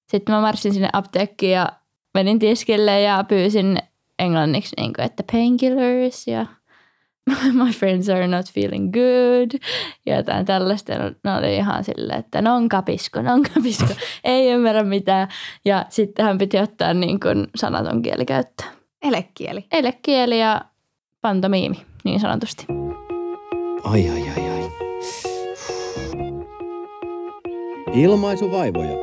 Sitten mä marssin sinne apteekkiin ja menin tiskille ja pyysin englanniksi, niin kuin, että painkillers ja my friends are not feeling good ja jotain tällaista. Ne oli ihan silleen, että nonkapisko, ei ymmärrä mitään. Ja sitten hän piti ottaa niin kuin sanaton kieli käyttöön. Elekieli. Elekieli ja pantomiimi, niin sanotusti. Ai. Ilmaisuvaivoja.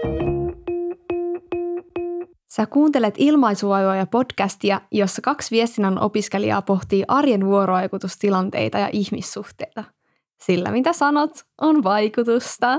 Sä kuuntelet Ilmaisuvaivoja podcastia, jossa 2 viestinnän opiskelijaa pohtii arjen vuorovaikutustilanteita ja ihmissuhteita. Sillä mitä sanot, on vaikutusta.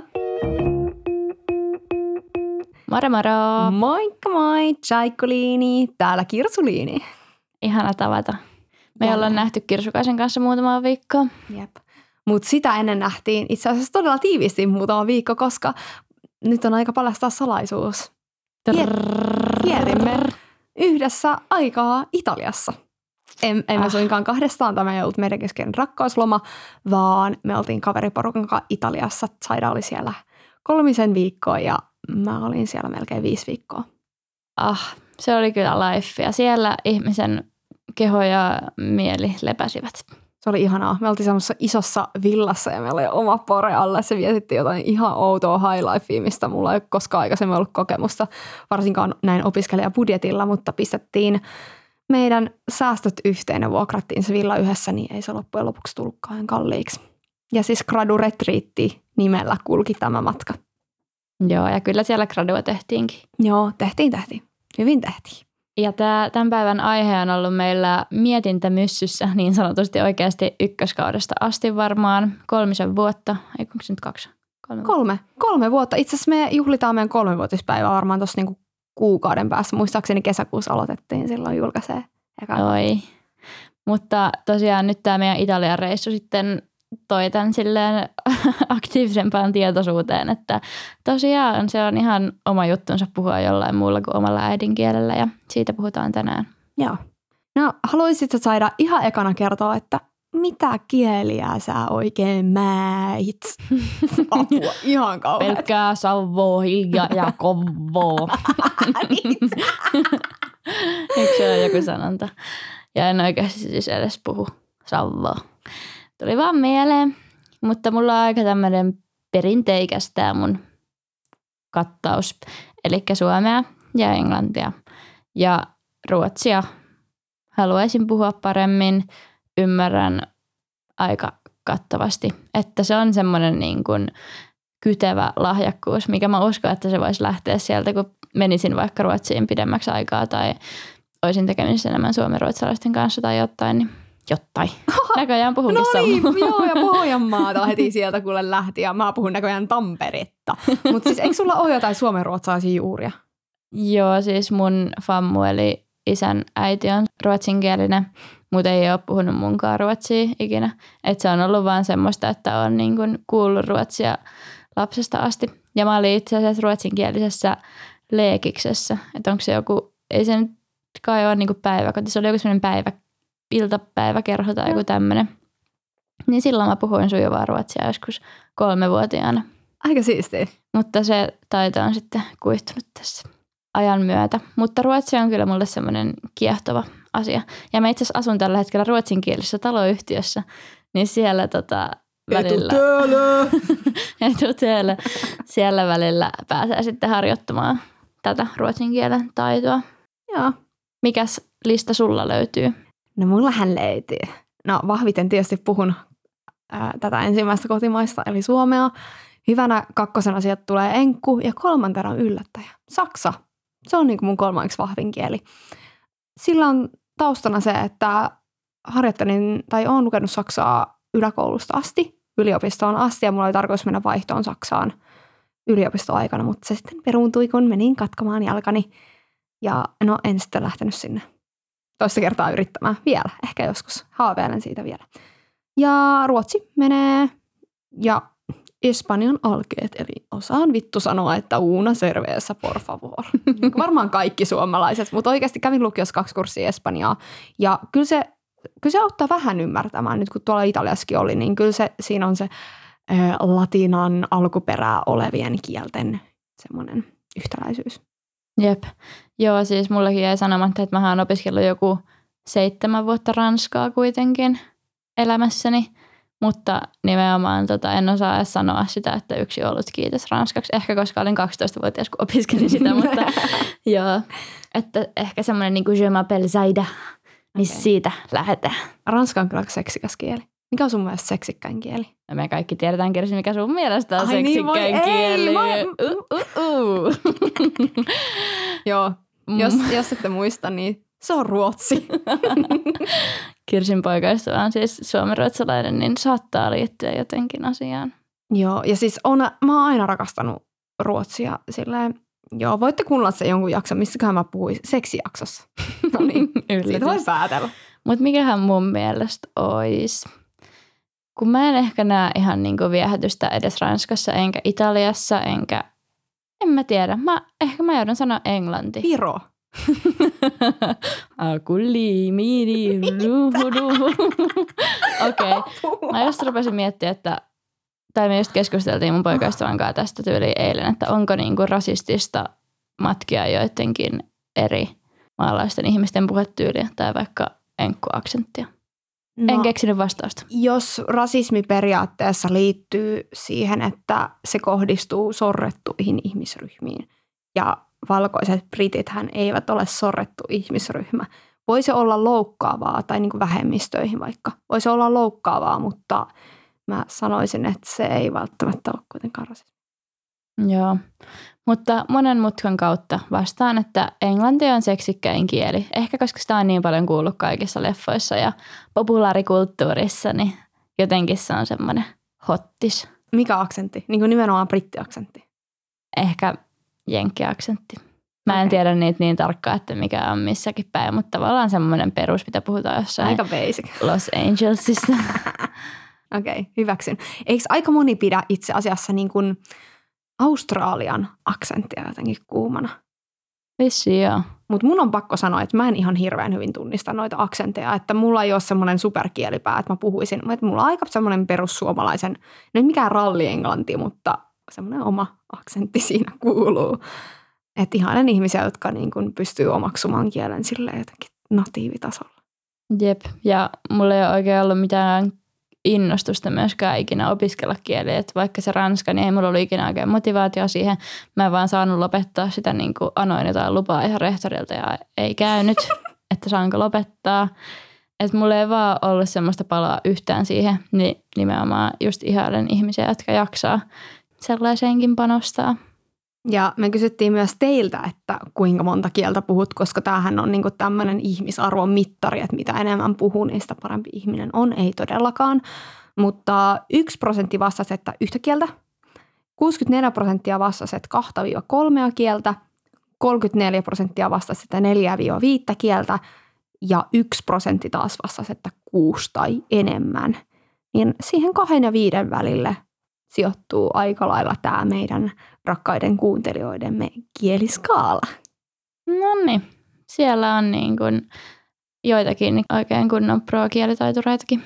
Moro! Moikka moi, Tsaikkuliini, täällä Kirsuliini. Ihana tavata. Me ollaan nähty Kirsukaisen kanssa muutama viikko. Jep. Mutta sitä ennen nähtiin itse asiassa todella tiivisti muutama viikko, koska nyt on aika paljastaa salaisuus. Vietimme yhdessä aikaa Italiassa. Emme suinkaan kahdestaan, tämä ei ollut meidän kesken rakkausloma, vaan me oltiin kaveriporukan kanssa Italiassa. Saida oli siellä 3 viikkoa ja mä olin siellä melkein 5 viikkoa. Se oli kyllä life ja siellä ihmisen keho ja mieli lepäsivät. Se oli ihanaa. Me oltiin semmoisessa isossa villassa ja meillä oli oma pore alle. Se vietitti jotain ihan outoa high lifea, mistä mulla ei koskaan aikaisemmin ollut kokemusta, varsinkaan näin opiskelijabudjetilla, mutta pistettiin meidän säästöt yhteen ja vuokrattiin se villa yhdessä, niin ei se loppujen lopuksi tullutkaan kalliiksi. Ja siis Gradu Retriitti nimellä kulki tämä matka. Joo, ja kyllä siellä gradua tehtiinkin. Joo, tehtiin. Hyvin tehtiin. Ja tämän päivän aihe on ollut meillä mietintämyssyssä niin sanotusti oikeasti ykköskaudesta asti varmaan 3 vuotta. Eikö se nyt 2? 3 vuotta. Itse asiassa me juhlitaan meidän 3-vuotispäivää varmaan tuossa niinku kuukauden päässä. Muistaakseni kesäkuussa aloitettiin silloin julkaisee. Oi. Mutta tosiaan nyt tämä meidän Italian reissu sitten toi tämän silleen aktiivisempaan tietoisuuteen, että tosiaan se on ihan oma juttunsa puhua jollain muulla kuin omalla äidinkielellä ja siitä puhutaan tänään. Joo. No haluaisitko Saida ihan ekana kertoa, että mitä kieliä sä oikein mäit? Apua, ihan kauheat. Pelkkää savoo, hiljaa ja kovoo. Eikö se ole joku sanonta? Ja en oikeasti siis edes puhu savoo. Tuli vaan mieleen, mutta mulla on aika tämmöinen perinteikäs tää mun kattaus. Eli suomea ja englantia ja ruotsia haluaisin puhua paremmin. Ymmärrän aika kattavasti, että se on semmoinen niin kuin kytevä lahjakkuus, mikä mä uskon, että se voisi lähteä sieltä, kun menisin vaikka Ruotsiin pidemmäksi aikaa tai olisin tekemisissä enemmän suomenruotsalaisten kanssa tai jotain, niin jotain. Näköjään puhunkin niin, joo, ja Pohjanmaata heti sieltä kuule lähti ja mä puhun näköjään Tamperetta. Mutta siis eikö sulla ole jotain suomenruotsalaisia juuria? Joo, siis mun fammu eli isän äiti on ruotsinkielinen, mutta ei ole puhunut munkaan ruotsia ikinä. Että se on ollut vaan semmoista, että on niin kuin kuullut ruotsia lapsesta asti. Ja mä olin itse asiassa ruotsinkielisessä leekiksessä. Että onko se joku, ei se nyt kai ole niin kuin päiväkoti, se oli joku semmoinen iltapäiväkerho tai joku tämmöinen. Niin silloin mä puhuin sujuvaa ruotsia joskus 3-vuotiaana. Aika siistiä. Mutta se taito on sitten kuihtunut tässä ajan myötä. Mutta ruotsi on kyllä mulle semmoinen kiehtova asia. Ja mä itse asiassa asun tällä hetkellä ruotsinkielisessä taloyhtiössä, niin siellä välillä... Etutöölö. Siellä välillä pääsee sitten harjoittamaan tätä ruotsin kielen taitoa. Joo. Mikäs lista sulla löytyy? No mullahan löytyy. No vahviten tietysti puhun tätä ensimmäistä kotimaista, eli suomea. Hyvänä 2. sieltä tulee enkku ja 3. on yllättäjä. Saksa. Se on niin kuin mun 3. vahvin kieli. Sillä on taustana se, että harjoittelin tai olen lukenut saksaa yläkoulusta asti, yliopistoon asti ja mulla oli tarkoitus mennä vaihtoon Saksaan yliopistoaikana, mutta se sitten peruuntui, kun menin katkomaan jalkani ja no en sitten lähtenyt sinne toista kertaa yrittämään vielä, ehkä joskus haaveilen siitä vielä. Ja ruotsi menee ja espanjan alkeet, eli osaan vittu sanoa, että una cerveza, por favor. Varmaan kaikki suomalaiset, mutta oikeasti kävin lukiossa 2 kurssia espanjaa. Ja kyllä se auttaa vähän ymmärtämään, nyt kun tuolla Italiassakin oli, niin kyllä siinä on se latinan alkuperää olevien kielten semmoinen yhtäläisyys. Jep. Joo, siis mullakin jäi sanomatta, että mä oon opiskellut joku 7 vuotta ranskaa kuitenkin elämässäni, mutta nimenomaan en osaa edes sanoa sitä, että yksi ollut kiitos ranskaksi. Ehkä koska olin 12-vuotias, kun opiskelin sitä, mutta joo, että ehkä semmoinen niin kuin je m'appelle Zaida, niin siitä lähdetään. Ranska on kyllä seksikäs kieli. Mikä on sun mielestä seksikkäin kieli? No me kaikki tiedetään, Kirsi, mikä sun mielestä on Ai niin, seksikkäin kieli. Joo, jos ette muista, niin se on ruotsi. Kirsin poikaista on siis suomenruotsalainen, niin saattaa liittyä jotenkin asiaan. Joo, ja siis mä oon aina rakastanut ruotsia silleen. Joo, voitte kuunnella se jonkun jakson, missäköhän mä puhuin seksijaksossa. No niin, siitä voi päätellä. Mutta mikähän mun mielestä olisi? Kun mä en ehkä näe ihan niinku viehätystä edes Ranskassa, enkä Italiassa, enkä... En mä tiedä. Ehkä mä joudun sanoa englanti. Viro. Okei. Mä just rupesin miettimään, tai me just keskusteltiin mun poikaystävän kanssa tästä tyyliin eilen, että onko niinku rasistista matkia joidenkin eri maalaisten ihmisten puhetyyliä tai vaikka enkkuaksenttia. No, en keksinyt vastausta. Jos rasismi periaatteessa liittyy siihen, että se kohdistuu sorrettuihin ihmisryhmiin ja valkoiset britithän eivät ole sorrettu ihmisryhmä. Voi se olla loukkaavaa tai niin kuin vähemmistöihin vaikka. Voi se olla loukkaavaa, mutta mä sanoisin, että se ei välttämättä ole kuitenkaan rasismi. Joo, mutta monen mutkan kautta vastaan, että englanti on seksikkäin kieli. Ehkä koska sitä on niin paljon kuullut kaikissa leffoissa ja populaarikulttuurissa, niin jotenkin se on semmoinen hottis. Mikä aksentti? Niin kuin nimenomaan brittiaksentti? Ehkä jenkkiaksentti. Mä en tiedä niitä niin tarkkaan, että mikä on missäkin päin, mutta tavallaan semmoinen perus, mitä puhutaan jossain aika basic. Los Angelesissa. Okei, hyväksyn. Eikö aika moni pidä itse asiassa niin kuin Australian aksenttia jotenkin kuumana? Vissi joo. Mutta mun on pakko sanoa, että mä en ihan hirveän hyvin tunnista noita aksenteja, että mulla ei ole semmoinen superkielipää, että mä puhuisin. Että mulla on aika semmoinen perussuomalaisen, no ei mikään ralli-englanti, mutta semmoinen oma aksentti siinä kuuluu. Että ihailen ihmisiä, jotka niin kun pystyy omaksumaan kielen silleen jotenkin natiivitasolla. Jep, ja mulla ei ole oikein ollut mitään innostusta myöskään ikinä opiskella kieliä. Että vaikka se ranska, niin ei mulla ollut ikinä oikein motivaatio siihen. Mä en vaan saanut lopettaa sitä, niin kuin anoin jotain lupaa ihan rehtorilta ja ei käynyt, että saanko lopettaa. Että mulla ei vaan ollut semmoista paloa yhtään siihen, niin nimenomaan just ihailen ihmisiä, jotka jaksaa sellaiseenkin panostaa. Ja me kysyttiin myös teiltä, että kuinka monta kieltä puhut, koska tämähän on niinku tämmöinen ihmisarvon mittari, että mitä enemmän puhuu, niin sitä parempi ihminen on. Ei todellakaan, mutta 1% vastasi, että yhtä kieltä, 64% vastasi, että 2-3 kieltä, 34% vastasi, että 4-5 kieltä ja 1% taas vastasi, että 6 tai enemmän. Niin siihen 2 ja 5 välille sijoittuu aika lailla tämä meidän rakkaiden kuuntelijoidemme kieliskaala. No niin, siellä on niin kuin joitakin oikein kunnon pro-kielitaitureitakin.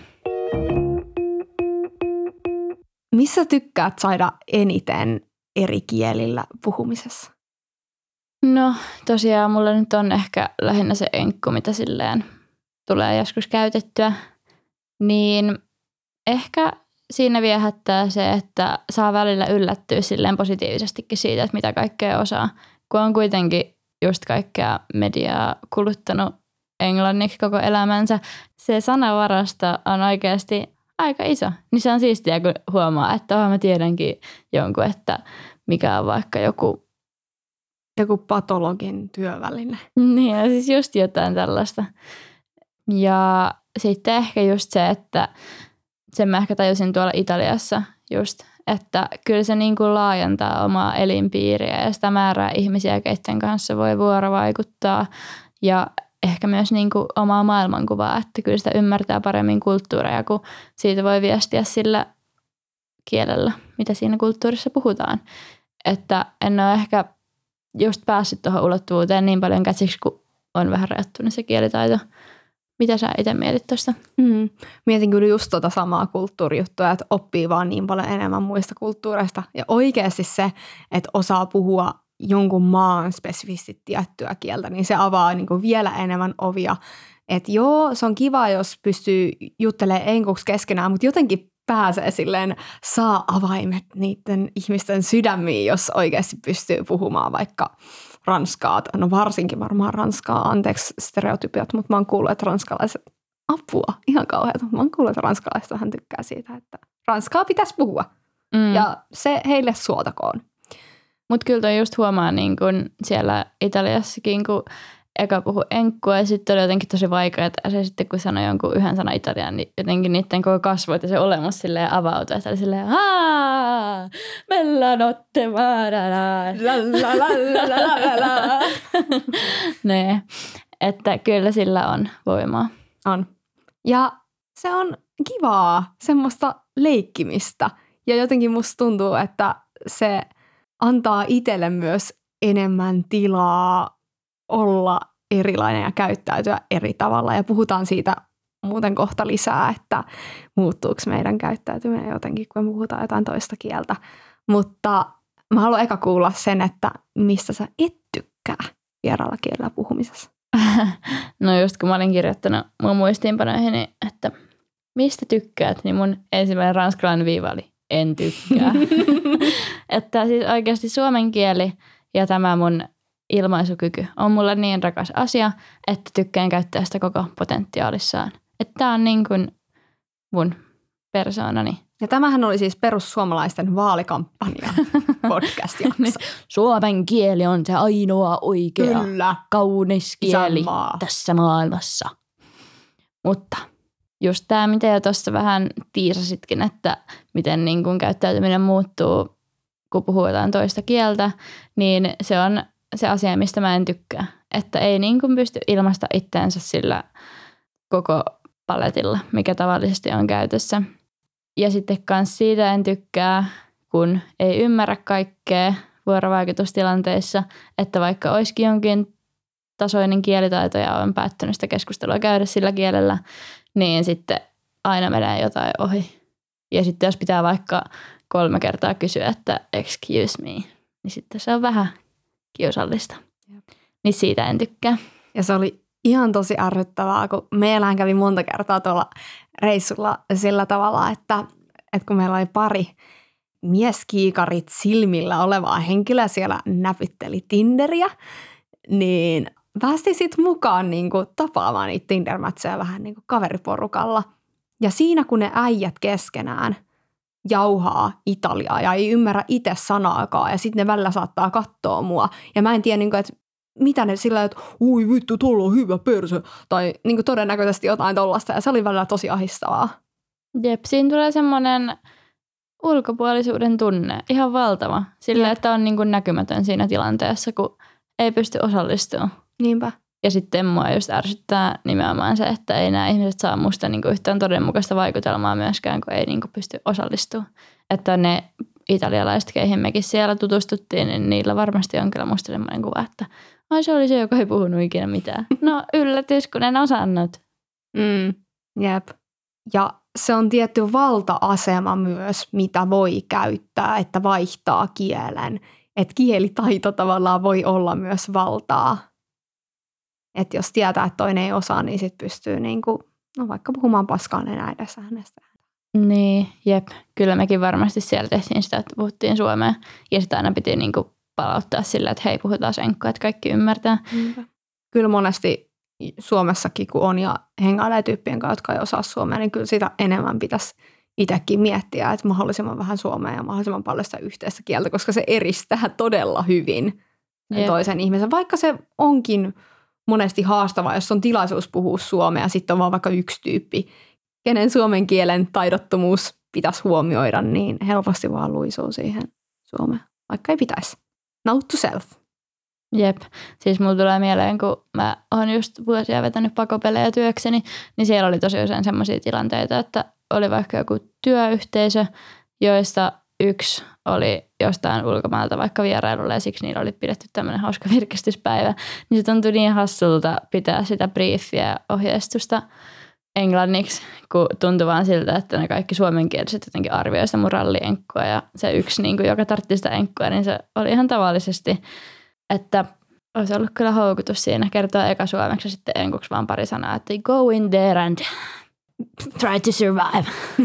Missä tykkäät saada eniten eri kielillä puhumisessa? No tosiaan mulla nyt on ehkä lähinnä se enkku, mitä silleen tulee joskus käytettyä. Niin ehkä siinä viehättää se, että saa välillä yllättyä silleen positiivisestikin siitä, että mitä kaikkea osaa. Kun on kuitenkin just kaikkea mediaa kuluttanut englanniksi koko elämänsä, se sanavarasto on oikeasti aika iso. Niin se on siistiä, kun huomaa, että mä tiedänkin jonkun, että mikä on vaikka joku patologin työväline. Niin, ja siis just jotain tällaista. Ja sitten ehkä just se, että sen mä ehkä tajusin tuolla Italiassa just, että kyllä se niin kuin laajentaa omaa elinpiiriä ja sitä määrää ihmisiä, keiden kanssa voi vuorovaikuttaa ja ehkä myös niin kuin omaa maailmankuvaa, että kyllä sitä ymmärtää paremmin kulttuureja, kun siitä voi viestiä sillä kielellä, mitä siinä kulttuurissa puhutaan. Että en ole ehkä just päässyt tuohon ulottuvuuteen niin paljon käsiksi, kun on vähän rajattunut se kielitaito. Mitä sä itse mietit tuosta? Mietin kyllä just tuota samaa kulttuurijuttua, että oppii vaan niin paljon enemmän muista kulttuureista. Ja oikeasti se, että osaa puhua jonkun maan spesifisti tiettyä kieltä, niin se avaa niin kuin vielä enemmän ovia. Että joo, se on kiva, jos pystyy juttelemaan enkuksi keskenään, mutta jotenkin pääsee silleen, saa avaimet niiden ihmisten sydämiin, jos oikeasti pystyy puhumaan vaikka ranskaa. No varsinkin varmaan ranskaa, anteeksi stereotypiat, mutta mä oon kuullut, että ranskalaiset, apua, ihan kauheata. Mä oon kuullut, että ranskalaiset vähän tykkää siitä, että ranskaa pitäisi puhua. Ja se heille suotakoon. Mutta kyllä toi just huomaa niin kun siellä Italiassakin, kun eka puhu enkkua ja sitten oli jotenkin tosi vaikeaa. Se sitten kun sanoi jonkun yhden sanan italian, niin jotenkin niiden koko kasvoit ja se olemus silleen avautui. Ja se oli silleen, bella notte marana. Ne, että kyllä sillä on voimaa. On. Ja se on kivaa, semmoista leikkimistä. Ja jotenkin musta tuntuu, että se antaa itselle myös enemmän tilaa olla erilainen ja käyttäytyä eri tavalla. Ja puhutaan siitä muuten kohta lisää, että muuttuuko meidän käyttäytyminen jotenkin, kun me puhutaan jotain toista kieltä. Mutta mä haluan eka kuulla sen, että mistä sä et tykkää vieraalla kielellä puhumisessa. No just kun mä olin kirjoittanut mun muistiinpanoihin, että mistä tykkäät, niin mun ensimmäinen ranskalainen viiva oli en tykkää. Että siis oikeasti suomen kieli ja tämä mun ilmaisukyky on mulle niin rakas asia, että tykkään käyttää sitä koko potentiaalissaan. Että tää on niin kuin mun persoonani. Ja tämähän oli siis perussuomalaisten vaalikampanja podcast-jakso. Suomen kieli on se ainoa oikea, Kyllä. kaunis kieli tässä maailmassa. Mutta just tämä, mitä jo tuossa vähän tiisasitkin, että miten niin kun käyttäytyminen muuttuu, kun puhuu jotain toista kieltä, niin se on se asia, mistä mä en tykkää. Että ei niin kun pysty ilmaista itteensä sillä koko paletilla, mikä tavallisesti on käytössä. Ja sitten kans siitä en tykkää, kun ei ymmärrä kaikkea vuorovaikutustilanteissa, että vaikka olisikin jonkin tasoinen kielitaito ja on päättänyt sitä keskustelua käydä sillä kielellä, niin sitten aina menee jotain ohi. Ja sitten jos pitää vaikka 3 kertaa kysyä, että excuse me, niin sitten se on vähän kiusallista. Niin siitä en tykkää. Ja se oli ihan tosi ärsyttävää, kun meillähän kävi monta kertaa tuolla reissulla sillä tavalla, että kun meillä oli pari mieskiikarit silmillä olevaa henkilöä, siellä näpytteli Tinderiä, niin päästiin sitten mukaan niin kuin tapaamaan niitä Tinder-mätsejä vähän niin kuin kaveriporukalla. Ja siinä, kun ne äijät keskenään jauhaa italiaa ja ei ymmärrä itse sanaakaan ja sitten ne välillä saattaa katsoa mua. Ja mä en tiedä, niin kuin, että mitä ne sillä, että ui vittu, tuolla on hyvä perse. Tai niin kuin todennäköisesti jotain tollasta. Ja se oli välillä tosi ahistavaa. Jep, siinä tulee semmoinen ulkopuolisuuden tunne. Ihan valtava. Sillä, että on niin kuin näkymätön siinä tilanteessa, kun ei pysty osallistumaan. Niinpä. Ja sitten mua just ärsyttää nimenomaan se, että ei nämä ihmiset saa musta niinku yhtään todenmukaista vaikutelmaa myöskään, kun ei niinku pysty osallistumaan. Että ne italialaiset, keihin mekin siellä tutustuttiin, niin niillä varmasti on kyllä musta semmoinen kuva, että ai se oli se, joka ei puhunut ikinä mitään. No yllätys, kun en osannut. Jep. Ja se on tietty valta-asema myös, mitä voi käyttää, että vaihtaa kielen. Että kielitaito tavallaan voi olla myös valtaa. Että jos tietää, että toinen ei osaa, niin sitten pystyy niinku, no vaikka puhumaan paskaa nenä edessä hänestä. Niin, jep. Kyllä mekin varmasti siellä tehtiin sitä, että puhuttiin suomea. Ja sitä aina piti niinku palauttaa sillä, että hei, puhutaan enkkua, että kaikki ymmärtää. Kyllä monesti Suomessakin, kun on ja hengailee tyyppien kanssa, jotka ei osaa suomea, niin kyllä sitä enemmän pitäisi itsekin miettiä, että mahdollisimman vähän suomea ja mahdollisimman paljon sitä yhteistä kieltä, koska se eristää todella hyvin toisen ihmisen. Vaikka se onkin monesti haastavaa, jos on tilaisuus puhua suomea, sitten on vaan vaikka yksi tyyppi, kenen suomen kielen taidottomuus pitäisi huomioida, niin helposti vaan luisuu siihen suomeen, vaikka ei pitäisi. Note to self. Jep. Siis mulla tulee mieleen, kun mä oon just vuosia vetänyt pakopelejä työkseni, niin siellä oli tosi usein semmoisia tilanteita, että oli vaikka joku työyhteisö, joista yksi oli jostain ulkomailta vaikka vierailulla ja siksi niillä oli pidetty tämmöinen hauska virkistyspäivä. Niin se tuntui niin hassulta pitää sitä briefiä ja ohjeistusta englanniksi, kun tuntui vaan siltä, että ne kaikki suomenkieliset jotenkin arvioi sitä mun rallienkkua ja se yksi, niin kuin, joka tartti sitä enkkua, niin se oli ihan tavallisesti, että olisi ollut kyllä houkutus siinä kertoa eka suomeksi ja sitten enkuksi vaan pari sanaa, että go in there and try to survive.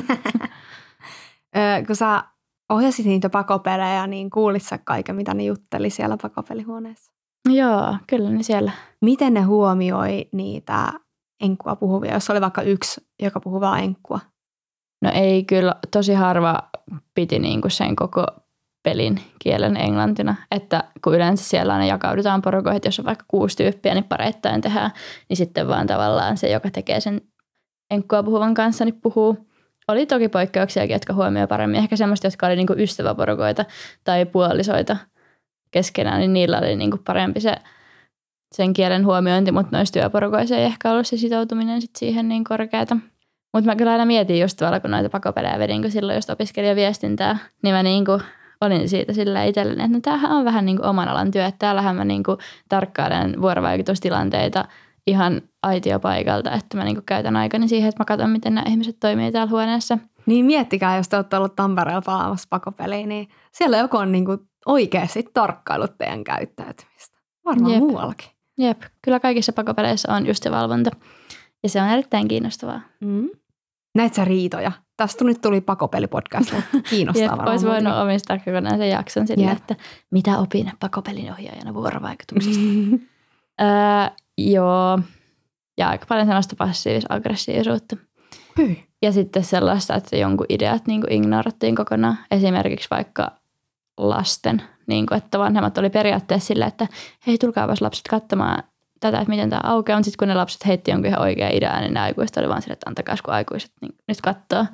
Kun sä ohjasit niitä pakopelejä, niin kuulit sä kaiken, mitä ne jutteli siellä pakopelihuoneessa? Joo, kyllä ne siellä. Miten ne huomioi niitä enkkua puhuvia, jos oli vaikka yksi, joka puhuu vaan enkkua? No ei kyllä, tosi harva piti niinku sen koko pelin kielen englantina, että kun yleensä siellä aina jakaudutaan porukoihin, että jos on vaikka 6 tyyppiä, niin pareittain tehdään, niin sitten vaan tavallaan se, joka tekee sen enkkua puhuvan kanssa, niin puhuu. Oli toki poikkeuksiakin, jotka huomioi paremmin. Ehkä semmoista, jotka oli niinku ystäväporukoita tai puolisoita keskenään, niin niillä oli niinku parempi sen kielen huomiointi, mutta noissa työporukoissa ei ehkä ollut se sitoutuminen sit siihen niin korkeata. Mutta mä kyllä aina mietin just tuolla, kun noita pakopelejä vedin, kun silloin just opiskelijaviestintää, niin mä niinku olin siitä sillä itselleni, että no tämähän on vähän niinku oman alan työ, että täällähän mä niinku tarkkailen vuorovaikutustilanteita ihan aitiopaikalta, että mä niinku käytän aikani siihen, että mä katson, miten nämä ihmiset toimii täällä huoneessa. Niin miettikää, jos te olette ollut Tampereella palaamassa pakopeliin, niin siellä joku on niinku oikeasti tarkkailut teidän käyttäytymistä. Varmaan muuallakin. Jep, kyllä kaikissa pakopeleissä on just se valvonta. Ja se on erittäin kiinnostavaa. Näit sä riitoja? Tästä nyt tuli pakopelipodcast, mutta kiinnostaa varmaan. Olisi voinut omistaa kokonaan sen jakson sille, että mitä opin pakopelin ohjaajana vuorovaikutuksesta. Joo, ja aika paljon sellaista passiivis-aggressiivisuutta. Hyi. Ja sitten sellaista, että jonkun ideat niin kuin ignorattiin kokonaan. Esimerkiksi vaikka lasten, niin kuin, että vanhemmat oli periaatteessa sillä, että hei, tulkaapas lapset katsomaan tätä, että miten tämä aukeaa. Mutta sitten kun ne lapset heitti jonkun ihan oikea ideaa, niin ne aikuiset oli vaan sillä, että antakaa kun aikuiset niin nyt katsoo.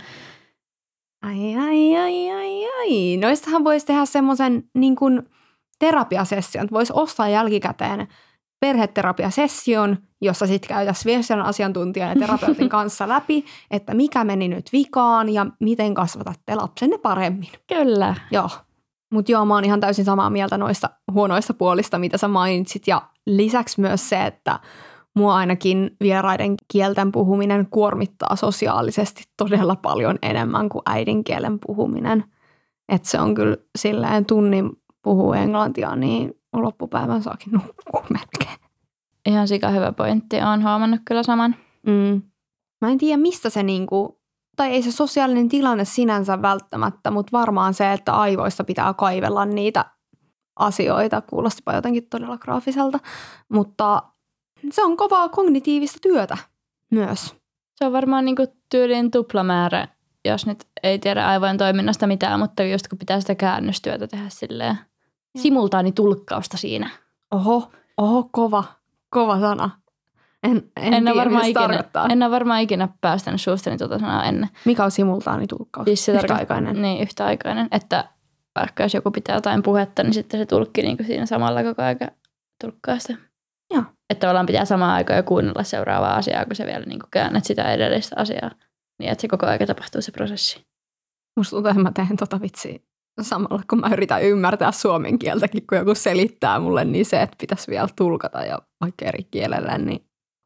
Ai. Noistahan voisi tehdä semmoisen niin kuin terapiasession. Voisi ostaa jälkikäteen perheterapiasession, jossa sitten käytäisiin viestinnän asiantuntijan ja terapeutin kanssa läpi, että mikä meni nyt vikaan ja miten kasvatatte lapsenne paremmin. Kyllä. Joo. Mutta joo, mä oon ihan täysin samaa mieltä noista huonoista puolista, mitä sä mainitsit. Ja lisäksi myös se, että mua ainakin vieraiden kielten puhuminen kuormittaa sosiaalisesti todella paljon enemmän kuin äidinkielen puhuminen. Että se on kyllä silleen tunnin puhuu englantia, niin loppupäivän saakin nukkua melkein. Ihan sika hyvä pointti. Olen huomannut kyllä saman. Mä en tiedä, mistä se niinku, tai ei se sosiaalinen tilanne sinänsä välttämättä, mutta varmaan se, että aivoista pitää kaivella niitä asioita. Kuulostipa jotenkin todella graafiselta, mutta se on kovaa kognitiivista työtä myös. Se on varmaan niinku tyylin tuplamäärä, jos nyt ei tiedä aivojen toiminnasta mitään, mutta just kun pitää sitä käännöstyötä tehdä silleen simultaanitulkkausta siinä. Oho, kova sana. En ole varmaan ikinä päästänyt suustani tuota sanaa ennen. Mikä on simultaanitulkkaus? Siis yhtäaikainen. Niin, yhtäaikainen. Että vaikka jos joku pitää jotain puhetta, niin sitten se tulkki niin kuin siinä samalla koko ajan tulkkaa sitä. Joo. Että tavallaan pitää samaan aikaan jo kuunnella seuraavaa asiaa, kun se vielä niin kuin käännät sitä edellistä asiaa. Niin, että se koko ajan tapahtuu se prosessi. Musta tuntuu, että mä teen tota vitsiä samalla, kun mä yritän ymmärtää suomen kieltäkin, kun joku selittää mulle, niin se, että pitäisi vielä tulkata ja vaikka eri kielellä, niin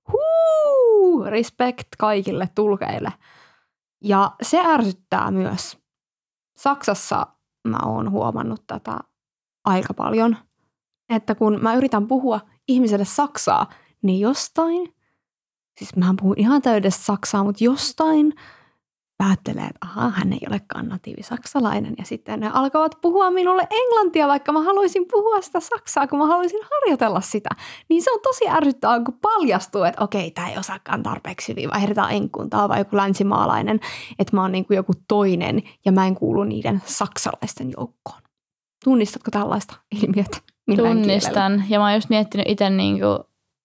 respect kaikille tulkeille. Ja se ärsyttää myös. Saksassa mä oon huomannut tätä aika paljon, että kun mä yritän puhua ihmiselle saksaa, niin jostain, siis mä puhun ihan täydessä saksaa, mutta jostain päättelee, että hän ei olekaan natiivisaksalainen. Ja sitten ne alkavat puhua minulle englantia, vaikka mä haluaisin puhua sitä saksaa, kun mä haluaisin harjoitella sitä. Niin se on tosi ärsyttävää, kun paljastuu, että okei, tää ei osaakaan tarpeeksi hyvin, vaihdetaan enkuun, tää on vaan joku länsimaalainen, että mä oon niin kuin joku toinen ja mä en kuulu niiden saksalaisten joukkoon. Tunnistatko tällaista ilmiötä? Tunnistan. Kielellä? Ja mä oon just miettinyt itse niin kuin,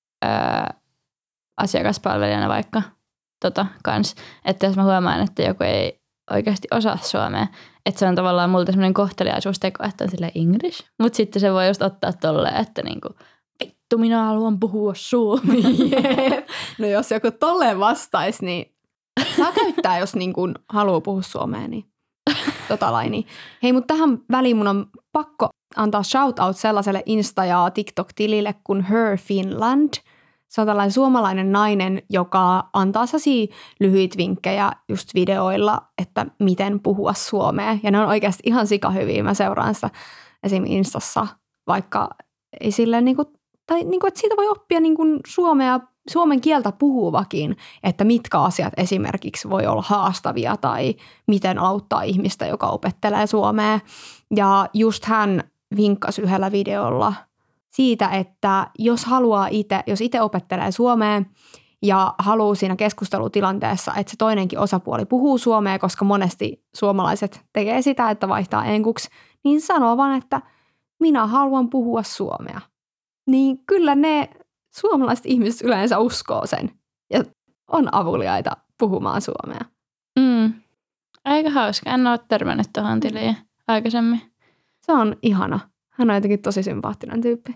asiakaspalvelijana vaikka kans, että jos mä huomaan, että joku ei oikeasti osaa suomea, että se on tavallaan multa semmoinen kohteliaisuusteko, että on silleen English, mutta sitten se voi just ottaa tolleen, että niinku, vittu minä haluan puhua suomea. No jos joku tolleen vastaisi, niin saa käyttää, jos niinku haluaa puhua suomea, niin niin. Hei, mutta tähän väliin mun on pakko antaa shout out sellaiselle Insta- ja TikTok-tilille kuin Her Finland. Se on tällainen suomalainen nainen, joka antaa sellaisia lyhyitä vinkkejä just videoilla, että miten puhua suomea. Ja ne on oikeasti ihan sikahyviä. Mä seuraan sitä esim. Instassa, vaikka ei silleen tai että siitä voi oppia suomen kieltä puhuvakin, että mitkä asiat esimerkiksi voi olla haastavia tai miten auttaa ihmistä, joka opettelee suomea. Ja just hän vinkkasi yhdellä videolla siitä, että jos itse opettelee suomea ja haluaa siinä keskustelutilanteessa, että se toinenkin osapuoli puhuu suomea, koska monesti suomalaiset tekee sitä, että vaihtaa enkuksi, niin sanoo vaan, että minä haluan puhua suomea. Niin kyllä ne suomalaiset ihmiset yleensä uskoo sen ja on avuliaita puhumaan suomea. Aika hauska. En ole törmännyt tuohon tiliin aikaisemmin. Se on ihana. Hän on jotenkin tosi sympaattinen tyyppi.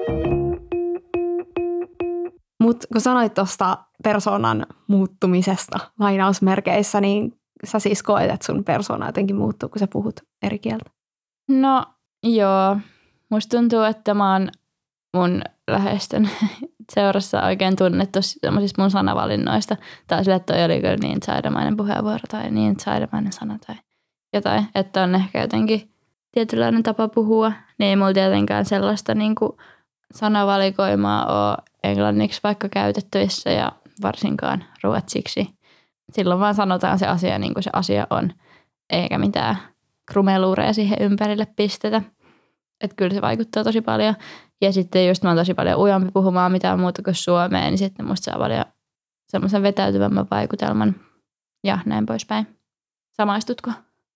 Mutta kun sanoit tuosta persoonan muuttumisesta lainausmerkeissä, niin sä siis koet, että sun persoona jotenkin muuttuu, kun sä puhut eri kieltä? No joo. Musta tuntuu, että mä oon mun läheisten seurassa oikein tunnettu semmoisista mun sanavalinnoista. Tai sille, että toi oli kyllä niin sairamainen puheenvuoro tai niin sairamainen sana tai jotain. Että on ehkä jotenkin tietynlainen tapa puhua. Niin ei mulla tietenkään sellaista niin kuin sanavalikoimaa ole englanniksi vaikka käytettävissä ja varsinkaan ruotsiksi. Silloin vaan sanotaan se asia niin kuin se asia on, eikä mitään krumeluureja siihen ympärille pistetä. Että kyllä se vaikuttaa tosi paljon. Ja sitten just mä oon tosi paljon ujompi puhumaan mitään muuta kuin suomea, niin sitten musta saa paljon semmoisen vetäytyvämmän vaikutelman ja näin poispäin. Samaistutko?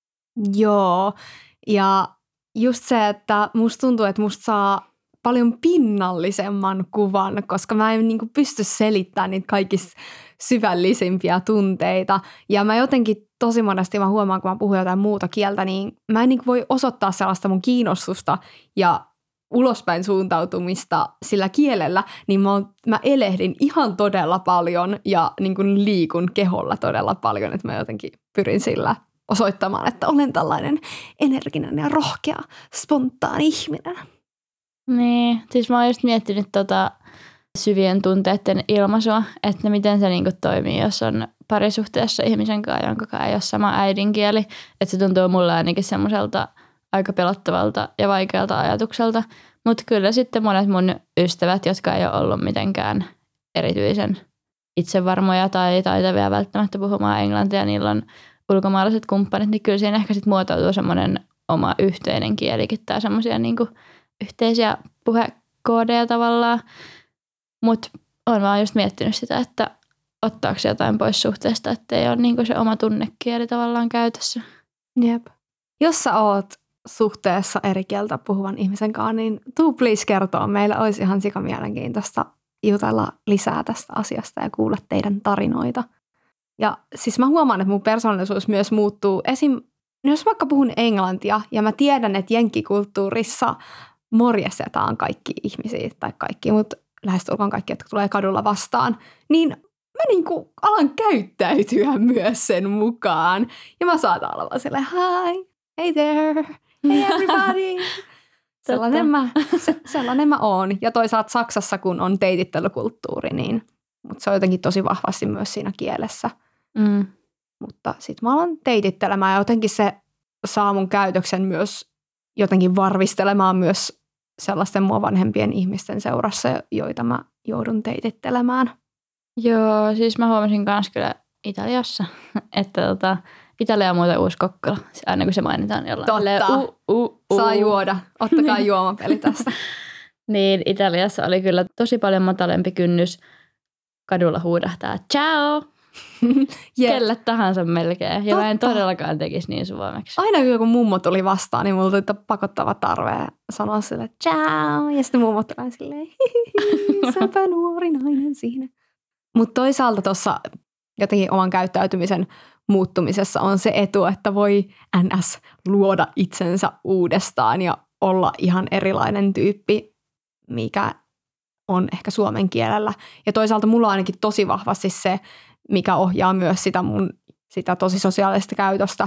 Joo. Ja just se, että musta tuntuu, että musta saa paljon pinnallisemman kuvan, koska mä en niin kuin pysty selittämään niitä kaikista syvällisimpiä tunteita. Ja mä jotenkin tosi monesti mä huomaan, kun mä puhun jotain muuta kieltä, niin mä en niin kuin voi osoittaa sellaista mun kiinnostusta ja ulospäin suuntautumista sillä kielellä, niin mä elehdin ihan todella paljon ja niin kuin liikun keholla todella paljon, että mä jotenkin pyrin sillä osoittamaan, että olen tällainen energinen ja rohkea, spontaani ihminen. Niin, siis mä oon just miettinyt syvien tunteiden ilmaisua, että miten se niinku toimii, jos on parisuhteessa ihmisen kanssa, jonka ei ole sama äidinkieli. Että se tuntuu mulle ainakin semmoiselta aika pelottavalta ja vaikealta ajatukselta. Mutta kyllä sitten monet mun ystävät, jotka ei ole ollut mitenkään erityisen itsevarmoja tai taitavia välttämättä puhumaan englantia, niillä on ulkomaalaiset kumppanit, niin kyllä siinä ehkä sitten muotoutuu semmoinen oma yhteinen kielikin tai semmoisia niinku yhteisiä puhekoodeja tavallaan. Mutta olen vaan just miettinyt sitä, että ottaako jotain pois suhteesta, ettei ole niinku se oma tunnekieli tavallaan käytössä. Jep. Jos sä oot suhteessa eri kieltä puhuvan ihmisen kanssa, niin tuu please kertoa. Meillä olisi ihan sikamielenkiintoista jutella lisää tästä asiasta ja kuulla teidän tarinoita. Ja siis mä huomaan, että mun persoonallisuus myös muuttuu. Esim. Jos vaikka puhun englantia ja mä tiedän, että jenkkikulttuurissa morjestetaan kaikki ihmisiä tai kaikki, mutta lähestulkoon kaikki, jotka tulee kadulla vastaan, niin mä niinku alan käyttäytyä myös sen mukaan. Ja mä saatan olla vaan silleen, hi, hey there, hey everybody. Sellainen mä oon. Ja toisaalta Saksassa, kun on teitittelykulttuuri, niin mutta se on jotenkin tosi vahvasti myös siinä kielessä. Mutta sit mä alan teitittelemään ja jotenkin se saa mun käytöksen myös jotenkin varvistelemaan myös sellaisten mua vanhempien ihmisten seurassa, joita mä joudun teitittelemään. Joo, siis mä huomasin kanssa kyllä Italiassa, että Italia on muuten uusi Kokkola. Aina kun se mainitaan jollain. Totta. Saa juoda. Ottakaa juomapeli tästä. Niin, Italiassa oli kyllä tosi paljon matalempi kynnys kadulla huudahtaa ciao. Kelle tahansa melkein. Ja mä en todellakaan tekisi niin suomeksi. Aina kun joku mummo tuli vastaan, niin mulla tuli pakottava tarve sanoa sille ciao. Ja sitten mummo tulee silleen säpä nuori nainen siinä. Mutta toisaalta tuossa jotenkin oman käyttäytymisen muuttumisessa on se etu, että voi NS luoda itsensä uudestaan ja olla ihan erilainen tyyppi, mikä on ehkä suomen kielellä. Ja toisaalta mulla on ainakin tosi vahvasti se, mikä ohjaa myös sitä tosi sosiaalista käytöstä.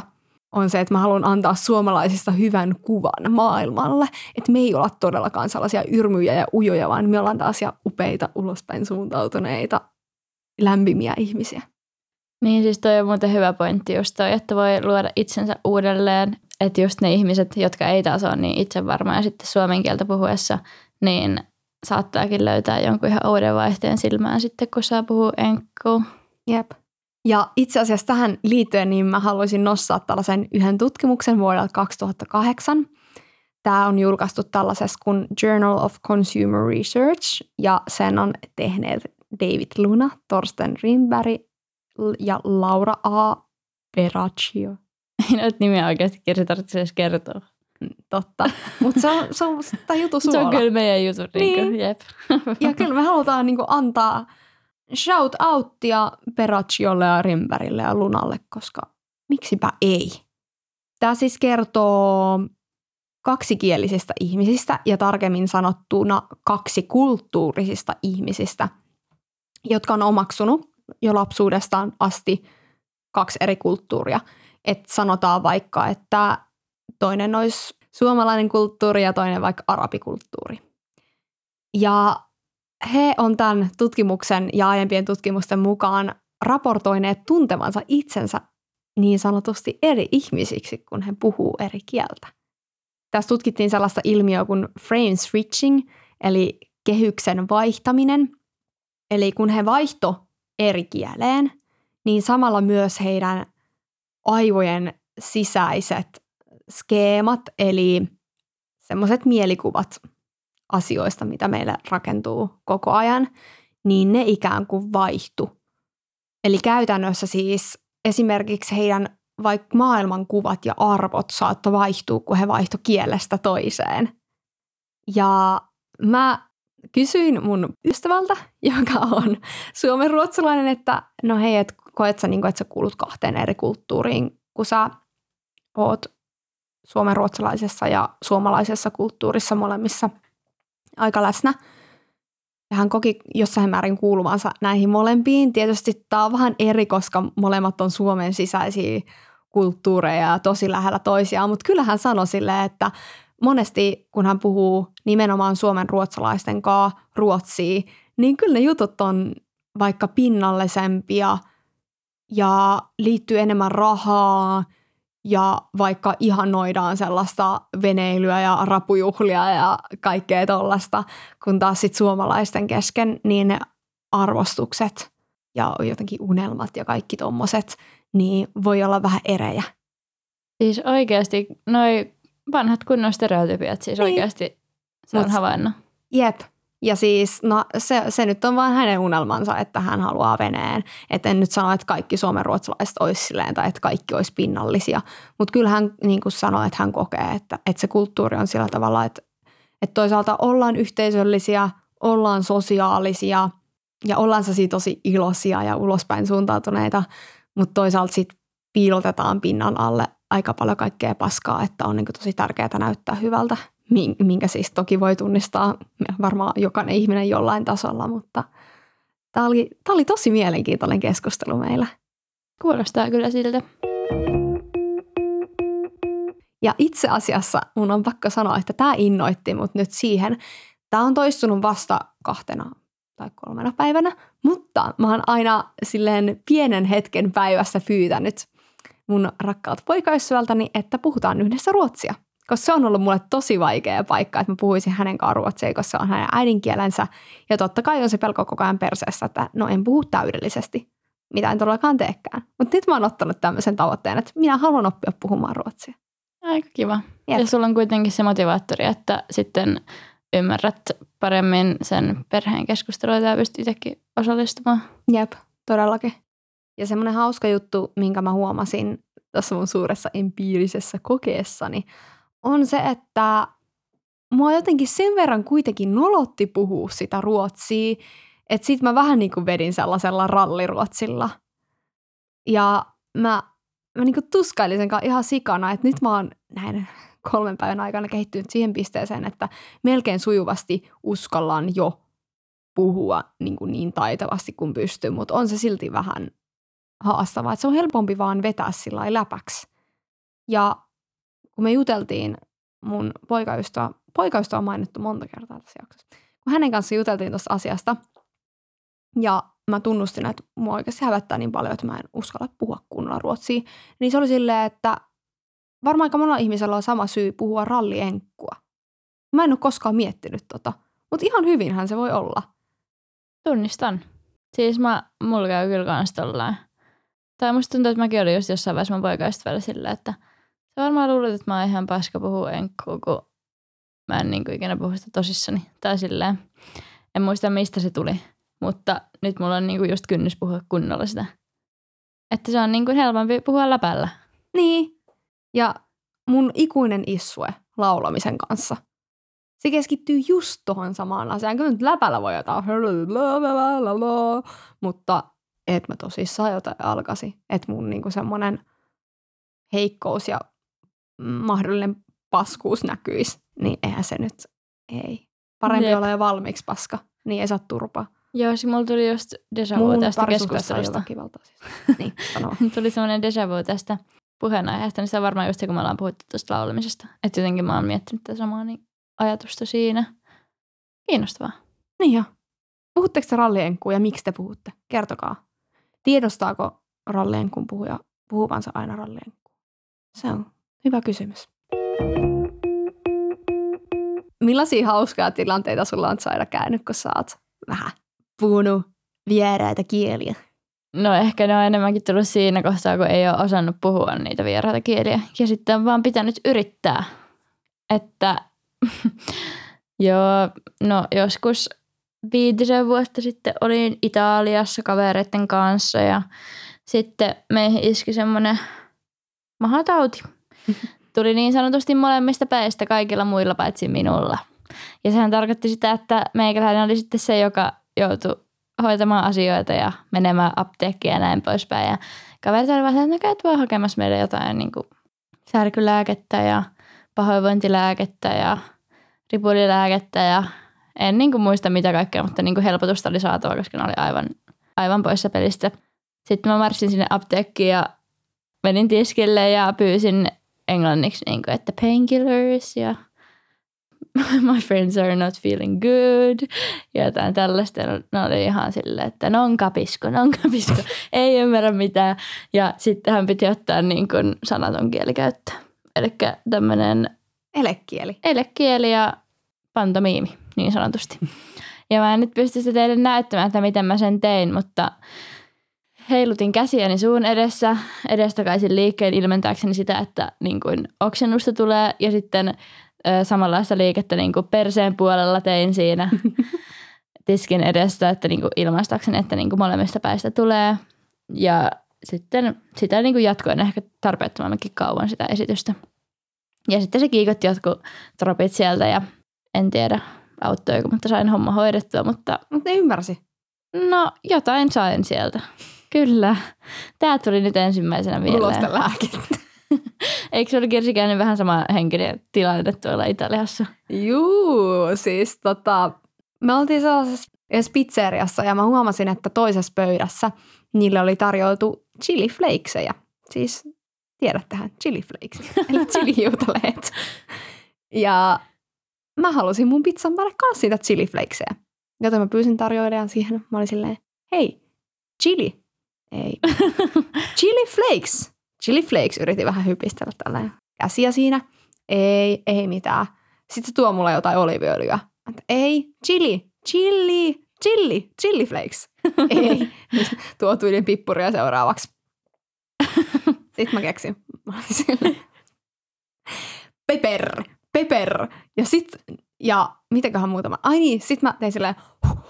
on se, että mä haluan antaa suomalaisista hyvän kuvan maailmalle. Että me ei olla todellakaan sellaisia yrmyjä ja ujoja, vaan me ollaan taas upeita, ulospäin suuntautuneita, lämpimiä ihmisiä. Niin siis toi on muuten hyvä pointti just toi, että voi luoda itsensä uudelleen. Että just ne ihmiset, jotka ei taas ole niin itsevarmoja sitten suomen kieltä puhuessa, niin saattaakin löytää jonkun ihan uuden vaihteen silmään sitten, kun saa puhua enkkuu. Jep. Ja itse asiassa tähän liittyen niin mä haluaisin nostaa tällaisen yhden tutkimuksen vuodelta 2008. Tämä on julkaistu tällaisessa kuin Journal of Consumer Research ja sen on tehneet David Luna, Torsten Rimberg ja Laura A. Verraccio. Ei noita nimiä oikeasti tarvitse edes kertoa. Totta, mutta se on tämä jutu suola. Se on kyllä meidän jutu. Niin. Jep. Ja kyllä me halutaan antaa shout outtia Verracciolle ja Rimbergille ja Lunalle, koska miksipä ei. Tämä siis kertoo kaksikielisistä ihmisistä ja tarkemmin sanottuna kaksikulttuurisista ihmisistä, jotka on omaksunut jo lapsuudestaan asti 2 eri kulttuuria. Että sanotaan vaikka, että toinen olisi suomalainen kulttuuri ja toinen vaikka arabikulttuuri. Ja he on tämän tutkimuksen ja aiempien tutkimusten mukaan raportoineet tuntevansa itsensä niin sanotusti eri ihmisiksi, kun he puhuu eri kieltä. Tässä tutkittiin sellaista ilmiöä kuin frame switching, eli kehyksen vaihtaminen. Eli kun he vaihto eri kieleen, niin samalla myös heidän aivojen sisäiset skeemat, eli semmoiset mielikuvat asioista, mitä meille rakentuu koko ajan, niin ne ikään kuin vaihtu. Eli käytännössä siis esimerkiksi heidän vaikka maailmankuvat ja arvot saattoi vaihtua, kun he vaihto kielestä toiseen. Ja mä kysyin mun ystävältä, joka on suomenruotsalainen, että no hei, et koet sä, että sä kuulut 2 eri kulttuuriin, kun sä oot suomenruotsalaisessa ja suomalaisessa kulttuurissa molemmissa aika läsnä. Ja hän koki jossain määrin kuuluvansa näihin molempiin. Tietysti tämä on vähän eri, koska molemmat on Suomen sisäisiä kulttuureja ja tosi lähellä toisiaan, mutta kyllä hän sanoi silleen, että monesti kun hän puhuu nimenomaan suomen ruotsalaisten kanssa ruotsia, niin kyllä ne jutut on vaikka pinnallisempia ja liittyy enemmän rahaa ja vaikka ihannoidaan sellaista veneilyä ja rapujuhlia ja kaikkea tollaista, kun taas sit suomalaisten kesken niin ne arvostukset ja jotenkin unelmat ja kaikki tommoset, niin voi olla vähän erejä. Siis oikeasti noi vanhat kunnon stereotypiat, siis niin. Oikeasti se on havainnut. Jep. Ja siis no, se nyt on vaan hänen unelmansa, että hän haluaa veneen. Että en nyt sano, että kaikki suomenruotsalaiset olisi silleen tai että kaikki olisi pinnallisia. Mutta kyllä hän niin kuin sanoi, että hän kokee, että se kulttuuri on sillä tavalla, että toisaalta ollaan yhteisöllisiä, ollaan sosiaalisia ja ollaan tosi iloisia ja ulospäin suuntautuneita. Mutta toisaalta sitten piilotetaan pinnan alle aika paljon kaikkea paskaa, että on niin kuin tosi tärkeää näyttää hyvältä. Minkä siis toki voi tunnistaa varmaan jokainen ihminen jollain tasolla, mutta tämä oli tosi mielenkiintoinen keskustelu meillä. Kuulostaa kyllä siltä. Ja itse asiassa mun on pakko sanoa, että tämä innoitti mut nyt siihen. Tämä on toistunut vasta 2 tai 3 päivänä, mutta mä oon aina silleen pienen hetken päivässä pyytänyt mun rakkaalta poikaystävältäni, että puhutaan yhdessä ruotsia. Koska se on ollut mulle tosi vaikea paikka, että mä puhuisin hänen kanssaan ruotsia, koska se on hänen äidinkielensä. Ja totta kai on se pelko koko ajan perseessä, että no en puhu täydellisesti, mitä en todellakaan teekään. Mutta nyt mä oon ottanut tämmöisen tavoitteen, että minä haluan oppia puhumaan ruotsia. Aika kiva. Jep. Ja sulla on kuitenkin se motivaattori, että sitten ymmärrät paremmin sen perheen keskustelua ja pystyt itsekin osallistumaan. Jep, todellakin. Ja semmoinen hauska juttu, minkä mä huomasin tässä mun suuressa empiirisessä kokeessani, on se, että mua jotenkin sen verran kuitenkin nolotti puhua sitä ruotsia, että sit mä vähän niin kuin vedin sellaisella ralliruotsilla. Ja mä niin kuin tuskailin sen kanssa ihan sikana, että nyt mä oon näiden 3 päivän aikana kehittynyt siihen pisteeseen, että melkein sujuvasti uskallan jo puhua niin taitavasti kuin pystyy, mutta on se silti vähän haastavaa, että se on helpompi vaan vetää sillä läpäksi. Ja kun me juteltiin mun poikaystävä on mainittu monta kertaa tässä jaksossa, kun hänen kanssa juteltiin tuosta asiasta, ja mä tunnustin, että mua oikeasti hävettää niin paljon, että mä en uskalla puhua kunnolla ruotsia, niin se oli silleen, että varmaan aika monella ihmisellä on sama syy puhua rallienkkua. Mä en ole koskaan miettinyt mutta ihan hyvinhän se voi olla. Tunnistan. Siis mulla käy kyllä kans tollain. Tai musta tuntuu, että mäkin olin just jossain vaiheessa mun poikaystävällä silleen, että sä varmaan luulet, että mä oon ihan paska puhua enkkua, kun mä en niin kuin ikinä puhu sitä tosissani. Tai silleen, en muista mistä se tuli, mutta nyt mulla on niin kuin just kynnys puhua kunnolla sitä. Että se on niin kuin helpompi puhua läpällä. Niin. Ja mun ikuinen issue laulamisen kanssa. Se keskittyy just tohon samaan asiaan. Kyllä nyt läpällä voi jotain, mutta et mä tosissaan jotain alkasi. Että mun niinku semmonen heikkous ja mahdollinen paskuus näkyisi. Niin eihän se nyt, ei. Parempi olla jo valmiiksi paska, niin ei saa turpaa. Joo, mulla tuli just déjà vu tästä keskustelusta. Niin, sanoo. Tuli semmoinen déjà vu tästä puheenaiheesta, niin se on varmaan just se, kun me ollaan puhuttu tuosta laulamisesta. Että jotenkin mä oon miettinyt tätä samaa ajatusta siinä. Kiinnostavaa. Niin jo. Puhutteko te rallienkkuun ja miksi te puhutte? Kertokaa. Tiedostaako rallienkkuun puhuja puhuvansa aina rallienkkuun? Se on hyvä kysymys. Millaisia hauskaa tilanteita sulla on saada käynyt, kun sä oot vähän puhunut vieraita kieliä? No ehkä ne on enemmänkin tullut siinä kohtaa, kun ei ole osannut puhua niitä vieraita kieliä. Ja sitten on vaan pitänyt yrittää. Että joo, no joskus 5 vuotta sitten olin Italiassa kavereiden kanssa ja sitten meihin iski semmoinen mahatauti. Tuli niin sanotusti molemmista päistä kaikilla muilla paitsi minulla. Ja sehän tarkoitti sitä, että meikäläinen oli sitten se, joka joutui hoitamaan asioita ja menemään apteekkiin ja näin poispäin. Ja kaverit oli vaan, että no käyt vaan hakemassa meille jotain niin kuin särkylääkettä ja pahoinvointilääkettä ja ripulilääkettä ja en niin kuin muista mitä kaikkea, mutta niin kuin helpotusta oli saatava, koska ne oli aivan poissa pelistä. Sitten mä marssin sinne apteekkiin ja menin tiskille ja pyysin englanniksi, niin kuin, että painkillers ja my friends are not feeling good ja jotain tällaista. Ne oli ihan silleen, että nonkapisko, ei ymmärrä mitään. Ja sitten hän piti ottaa niin kuin sanaton kielikäyttö. Eli tämmöinen elekieli ja pantomiimi niin sanotusti. Ja mä en nyt pysty sitä teille näyttämään, että miten mä sen tein, mutta heilutin käsiäni suun edestakaisin liikkeen ilmentääkseni sitä, että niin kuin oksennusta tulee ja sitten samanlaista liikettä niin kuin perseen puolella tein siinä tiskin edessä, että niin kuin ilmaistakseni, että niin kuin molemmista päistä tulee. Ja sitten sitä niin kuin jatkoin ehkä tarpeettomamminkin kauan sitä esitystä. Ja sitten se kiikotti jotkut tropit sieltä ja en tiedä auttoiko, mutta sain homma hoidettua. Mutta ne ymmärsi. No jotain sain sieltä. Kyllä. Tää tuli nyt ensimmäisenä mieleen. Ulosta lääkettä. Eikö se oli Kirsi käynyt vähän sama henkinen tilanne tuolla Italiassa? Juu, siis me oltiin sellaisessa pizzeriassa ja mä huomasin, että toisessa pöydässä niille oli tarjoltu chili flakesejä. Siis tiedättehän, chili flakes, eli chilihiutaleet. Ja mä halusin mun pizzan päälle kanssa niitä chili flakesejä. Joten mä pyysin tarjoilijan siihen. Mä olin silleen, hei, chili. Ei. Chili flakes. Chili flakes yritin vähän hypistellä tällä käsiä siinä. Ei mitään. Sitten se tuo mulle jotain oliiviöljyä. Ei, chili flakes. Ei. Tuotuiden pippuria seuraavaksi. Sitten mä keksin. Mä olin silleen, pepper. Ja mitäköhän muutama. Ai niin, sit mä tein silleen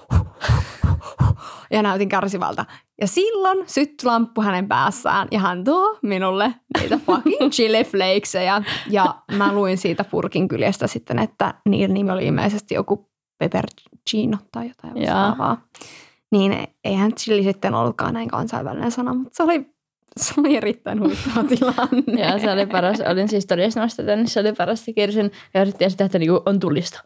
ja näytin kärsivältä. Ja silloin syttyi lamppu hänen päässään ja hän tuo minulle niitä fucking chili flakesejä. Ja mä luin siitä purkin kyljestä sitten, että niiden nimi oli ilmeisesti joku peppercino tai jotain vastaavaa. Niin eihän chili sitten ollutkaan näin kansainvälinen sana, mutta se oli erittäin huvittava tilanne. Joo, se oli paras. Olin siis todistamassa tätä, niin se oli paras se Kirsin. Ja yritin sitä, että niinku on tulista.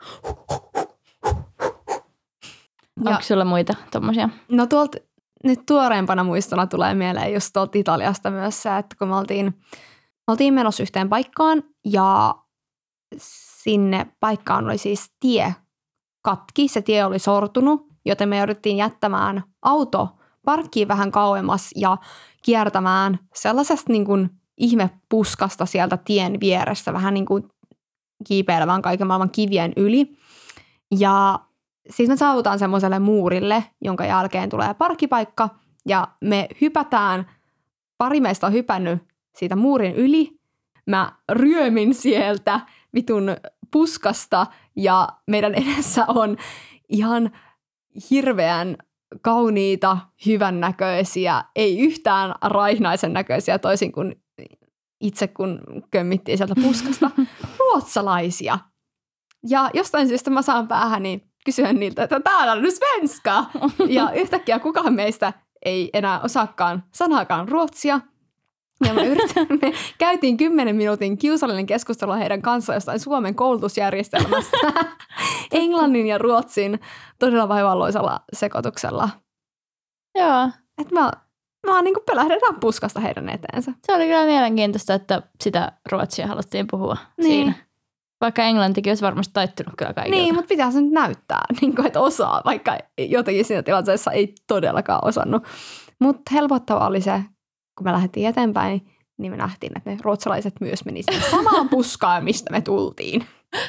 Onko sulla muita tommosia? No tuolta nyt tuoreempana muistona tulee mieleen just tuolta Italiasta myös se, että kun me oltiin oltiin menossa yhteen paikkaan ja sinne paikkaan oli siis tie katki. Se tie oli sortunut, joten me jouduttiin jättämään auto parkkiin vähän kauemmas ja kiertämään sellaisesta niin kuin ihmepuskasta sieltä tien vieressä, vähän niin kuin kiipeilevään kaiken maailman kivien yli. Ja siis me saavutaan semmoiselle muurille, jonka jälkeen tulee parkkipaikka ja me hypätään, pari meistä on hypännyt siitä muurin yli. Mä ryömin sieltä vitun puskasta ja meidän edessä on ihan hirveän kauniita, hyvännäköisiä, ei yhtään raihnaisen näköisiä, toisin kuin itse kun kömmittiin sieltä puskasta, ruotsalaisia. Ja jostain syystä mä saan päähäni kysyä niiltä, että täällä on nyt svenska. Ja yhtäkkiä kukaan meistä ei enää osaakaan sanaakaan ruotsia. Ja me käytiin 10 minuutin kiusallinen keskustelu heidän kanssaan jostain Suomen koulutusjärjestelmästä englannin ja ruotsin todella vaivalloisella sekoituksella. Joo. Että me vaan niin kuin pelähdetään puskasta heidän eteensä. Se oli kyllä mielenkiintoista, että sitä ruotsia haluttiin puhua siinä. Vaikka englantikin olisi varmasti taittunut kyllä kaikilta. Niin, mutta pitää se nyt näyttää, niin kuin, että osaa, vaikka jotenkin siinä tilanteessa ei todellakaan osannut. Mutta helpottava oli se, kun me lähdettiin eteenpäin, niin me nähtiin, että ne ruotsalaiset myös meni sinne samaan puskaan, mistä me tultiin.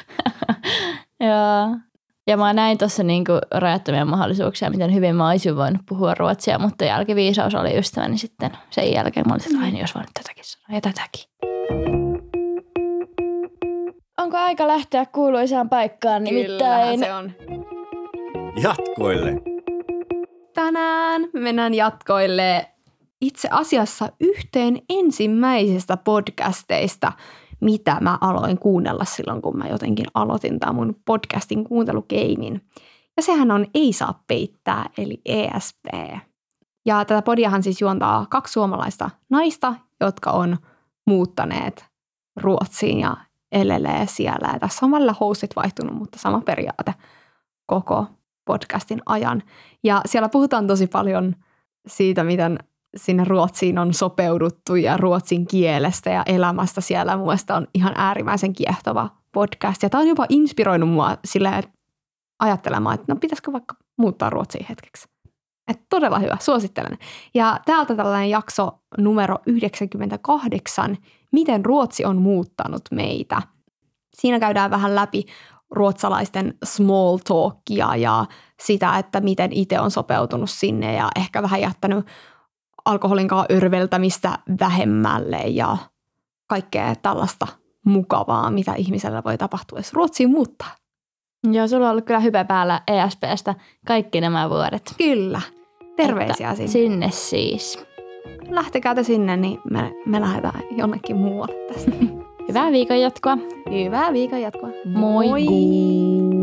Joo. Ja mä näin tuossa niinku rajattomia mahdollisuuksia, miten hyvin mä olisin voinut puhua ruotsia, mutta jälkiviisaus oli ystäväni sitten sen jälkeen. Mä olin, että aina jos voinut tätäkin sanoa ja tätäkin. Onko aika lähteä kuuluisaan paikkaan? Nimittäin se on. Jatkoille. Tänään me mennään jatkoille itse asiassa yhteen ensimmäisestä podcasteista, mitä mä aloin kuunnella silloin, kun mä jotenkin aloitin tämän mun podcastin kuuntelukeimin. Ja sehän on Ei saa peittää, eli ESP. Ja tätä podiahan siis juontaa 2 suomalaista naista, jotka on muuttaneet Ruotsiin ja elelee siellä. Ja tässä on välillä hostit vaihtunut, mutta sama periaate koko podcastin ajan. Ja siellä puhutaan tosi paljon siitä, miten sinne Ruotsiin on sopeuduttu ja ruotsin kielestä ja elämästä siellä. Mun mielestä on ihan äärimmäisen kiehtova podcast. Ja tämä on jopa inspiroinut mua silleen ajattelemaan, että no pitäisikö vaikka muuttaa Ruotsiin hetkeksi. Että todella hyvä, suosittelen. Ja täältä tällainen jakso numero 98, miten Ruotsi on muuttanut meitä. Siinä käydään vähän läpi ruotsalaisten small talkia ja sitä, että miten itse on sopeutunut sinne ja ehkä vähän jättänyt alkoholinkaan yrveltämistä vähemmälle ja kaikkea tällaista mukavaa, mitä ihmisellä voi tapahtua, jos Ruotsiin muuttaa. Joo, sulla on ollut kyllä hyvä päällä ESPstä kaikki nämä vuodet. Kyllä. Terveisiä sinne. Sinne siis. Lähtekää te sinne, niin me lähdetään jonnekin muualle tästä. Hyvää viikon jatkoa. Hyvää viikon jatkoa. Moi.